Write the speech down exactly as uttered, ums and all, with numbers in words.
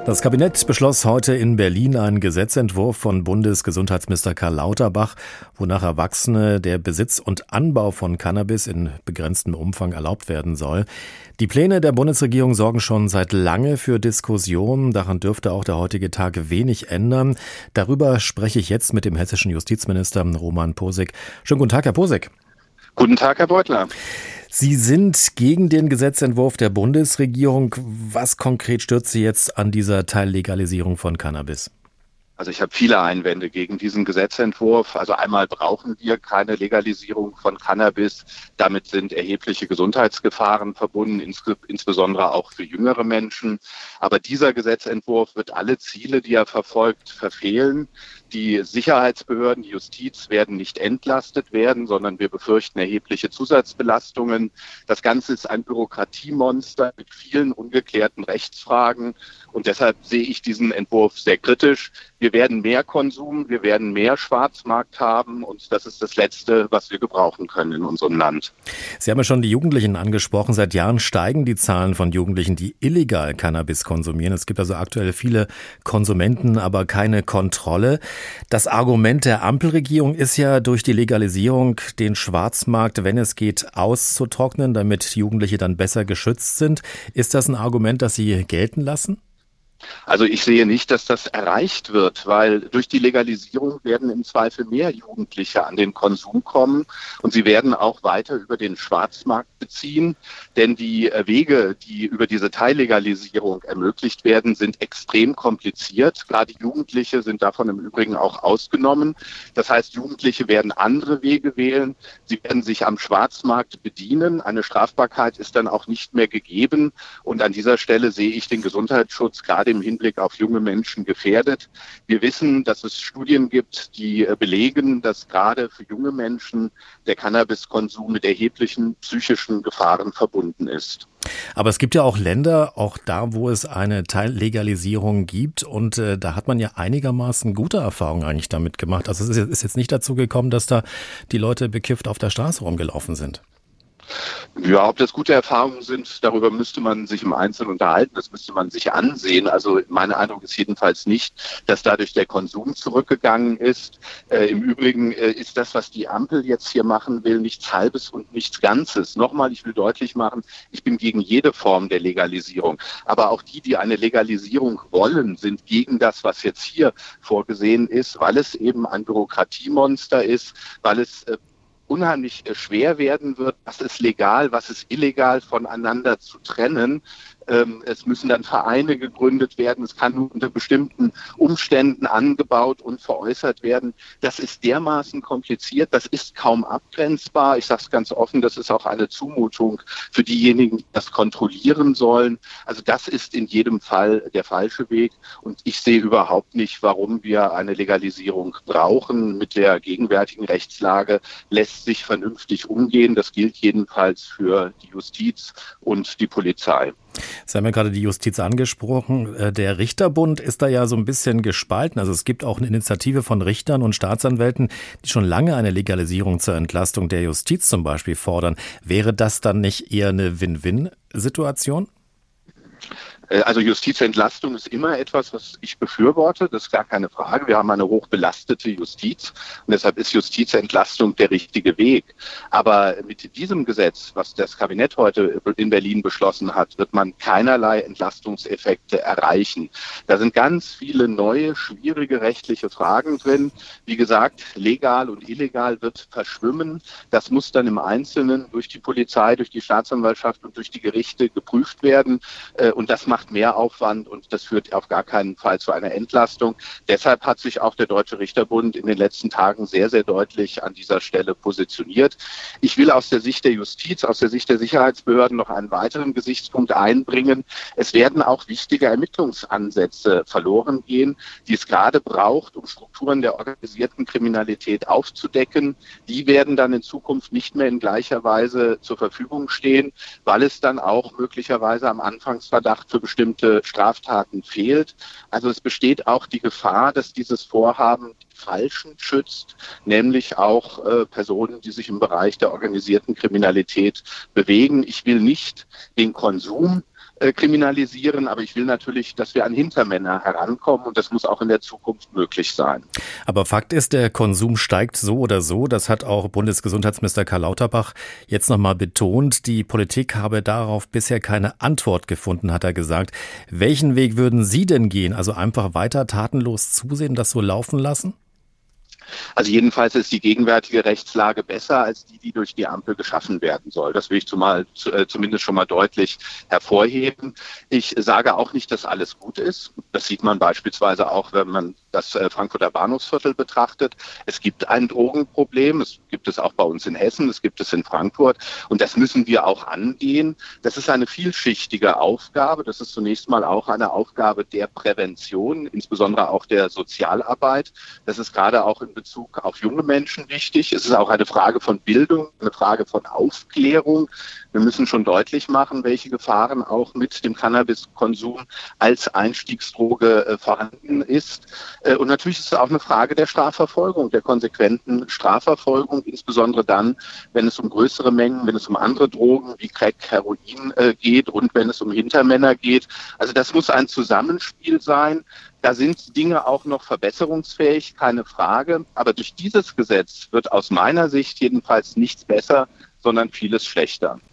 Das Kabinett beschloss heute in Berlin einen Gesetzentwurf von Bundesgesundheitsminister Karl Lauterbach, wonach Erwachsene der Besitz und Anbau von Cannabis in begrenztem Umfang erlaubt werden soll. Die Pläne der Bundesregierung sorgen schon seit lange für Diskussionen. Daran dürfte auch der heutige Tag wenig ändern. Darüber spreche ich jetzt mit dem hessischen Justizminister Roman Posek. Schönen guten Tag, Herr Posek. Guten Tag, Herr Beutler. Sie sind gegen den Gesetzentwurf der Bundesregierung. Was konkret stört Sie jetzt an dieser Teillegalisierung von Cannabis? Also ich habe viele Einwände gegen diesen Gesetzentwurf. Also einmal brauchen wir keine Legalisierung von Cannabis. Damit sind erhebliche Gesundheitsgefahren verbunden, ins, insbesondere auch für jüngere Menschen. Aber dieser Gesetzentwurf wird alle Ziele, die er verfolgt, verfehlen. Die Sicherheitsbehörden, die Justiz werden nicht entlastet werden, sondern wir befürchten erhebliche Zusatzbelastungen. Das Ganze ist ein Bürokratiemonster mit vielen ungeklärten Rechtsfragen. Und deshalb sehe ich diesen Entwurf sehr kritisch. Wir werden mehr Konsum, wir werden mehr Schwarzmarkt haben und das ist das Letzte, was wir gebrauchen können in unserem Land. Sie haben ja schon die Jugendlichen angesprochen. Seit Jahren steigen die Zahlen von Jugendlichen, die illegal Cannabis konsumieren. Es gibt also aktuell viele Konsumenten, aber keine Kontrolle. Das Argument der Ampelregierung ist ja, durch die Legalisierung den Schwarzmarkt, wenn es geht, auszutrocknen, damit Jugendliche dann besser geschützt sind. Ist das ein Argument, das Sie gelten lassen? Also ich sehe nicht, dass das erreicht wird, weil durch die Legalisierung werden im Zweifel mehr Jugendliche an den Konsum kommen und sie werden auch weiter über den Schwarzmarkt beziehen, denn die Wege, die über diese Teillegalisierung ermöglicht werden, sind extrem kompliziert. Gerade Jugendliche sind davon im Übrigen auch ausgenommen. Das heißt, Jugendliche werden andere Wege wählen. Sie werden sich am Schwarzmarkt bedienen. Eine Strafbarkeit ist dann auch nicht mehr gegeben und an dieser Stelle sehe ich den Gesundheitsschutz gerade im Hinblick auf junge Menschen gefährdet. Wir wissen, dass es Studien gibt, die belegen, dass gerade für junge Menschen der Cannabiskonsum mit erheblichen psychischen Gefahren verbunden ist. Aber es gibt ja auch Länder, auch da, wo es eine Teillegalisierung gibt und äh, da hat man ja einigermaßen gute Erfahrungen eigentlich damit gemacht. Also es ist jetzt nicht dazu gekommen, dass da die Leute bekifft auf der Straße rumgelaufen sind. Ja, ob das gute Erfahrungen sind, darüber müsste man sich im Einzelnen unterhalten, das müsste man sich ansehen. Also mein Eindruck ist jedenfalls nicht, dass dadurch der Konsum zurückgegangen ist. Äh, Im Übrigen äh, ist das, was die Ampel jetzt hier machen will, nichts Halbes und nichts Ganzes. Nochmal, ich will deutlich machen, ich bin gegen jede Form der Legalisierung. Aber auch die, die eine Legalisierung wollen, sind gegen das, was jetzt hier vorgesehen ist, weil es eben ein Bürokratiemonster ist, weil es äh, unheimlich schwer werden wird, was ist legal, was ist illegal voneinander zu trennen. Es müssen dann Vereine gegründet werden. Es kann nur unter bestimmten Umständen angebaut und veräußert werden. Das ist dermaßen kompliziert. Das ist kaum abgrenzbar. Ich sage es ganz offen, das ist auch eine Zumutung für diejenigen, die das kontrollieren sollen. Also das ist in jedem Fall der falsche Weg. Und ich sehe überhaupt nicht, warum wir eine Legalisierung brauchen. Mit der gegenwärtigen Rechtslage lässt sich vernünftig umgehen. Das gilt jedenfalls für die Justiz und die Polizei. Sie haben ja gerade die Justiz angesprochen. Der Richterbund ist da ja so ein bisschen gespalten. Also es gibt auch eine Initiative von Richtern und Staatsanwälten, die schon lange eine Legalisierung zur Entlastung der Justiz zum Beispiel fordern. Wäre das dann nicht eher eine Win-Win-Situation? Also Justizentlastung ist immer etwas, was ich befürworte, das ist gar keine Frage. Wir haben eine hochbelastete Justiz und deshalb ist Justizentlastung der richtige Weg. Aber mit diesem Gesetz, was das Kabinett heute in Berlin beschlossen hat, wird man keinerlei Entlastungseffekte erreichen. Da sind ganz viele neue, schwierige rechtliche Fragen drin. Wie gesagt, legal und illegal wird verschwimmen. Das muss dann im Einzelnen durch die Polizei, durch die Staatsanwaltschaft und durch die Gerichte geprüft werden. Und das macht mehr Aufwand und das führt auf gar keinen Fall zu einer Entlastung. Deshalb hat sich auch der Deutsche Richterbund in den letzten Tagen sehr, sehr deutlich an dieser Stelle positioniert. Ich will aus der Sicht der Justiz, aus der Sicht der Sicherheitsbehörden noch einen weiteren Gesichtspunkt einbringen. Es werden auch wichtige Ermittlungsansätze verloren gehen, die es gerade braucht, um Strukturen der organisierten Kriminalität aufzudecken. Die werden dann in Zukunft nicht mehr in gleicher Weise zur Verfügung stehen, weil es dann auch möglicherweise am Anfangsverdacht für bestimmte Straftaten fehlt. Also es besteht auch die Gefahr, dass dieses Vorhaben die Falschen schützt, nämlich auch äh, Personen, die sich im Bereich der organisierten Kriminalität bewegen. Ich will nicht den Konsum äh, kriminalisieren. Aber ich will natürlich, dass wir an Hintermänner herankommen und das muss auch in der Zukunft möglich sein. Aber Fakt ist, der Konsum steigt so oder so. Das hat auch Bundesgesundheitsminister Karl Lauterbach jetzt nochmal betont. Die Politik habe darauf bisher keine Antwort gefunden, hat er gesagt. Welchen Weg würden Sie denn gehen? Also einfach weiter tatenlos zusehen, das so laufen lassen? Also jedenfalls ist die gegenwärtige Rechtslage besser als die, die durch die Ampel geschaffen werden soll. Das will ich zumal, zumindest schon mal deutlich hervorheben. Ich sage auch nicht, dass alles gut ist. Das sieht man beispielsweise auch, wenn man das Frankfurter Bahnhofsviertel betrachtet. Es gibt ein Drogenproblem. Es gibt es auch bei uns in Hessen. Es gibt es in Frankfurt. Und das müssen wir auch angehen. Das ist eine vielschichtige Aufgabe. Das ist zunächst mal auch eine Aufgabe der Prävention, insbesondere auch der Sozialarbeit. Das ist gerade auch in Bezug auf junge Menschen wichtig. Es ist auch eine Frage von Bildung, eine Frage von Aufklärung. Wir müssen schon deutlich machen, welche Gefahren auch mit dem Cannabiskonsum als Einstiegsdroge äh, vorhanden ist. Äh, und natürlich ist es auch eine Frage der Strafverfolgung, der konsequenten Strafverfolgung, insbesondere dann, wenn es um größere Mengen, wenn es um andere Drogen wie Crack, Heroin äh, geht und wenn es um Hintermänner geht. Also das muss ein Zusammenspiel sein. Da sind Dinge auch noch verbesserungsfähig, keine Frage. Aber durch dieses Gesetz wird aus meiner Sicht jedenfalls nichts besser, sondern vieles schlechter.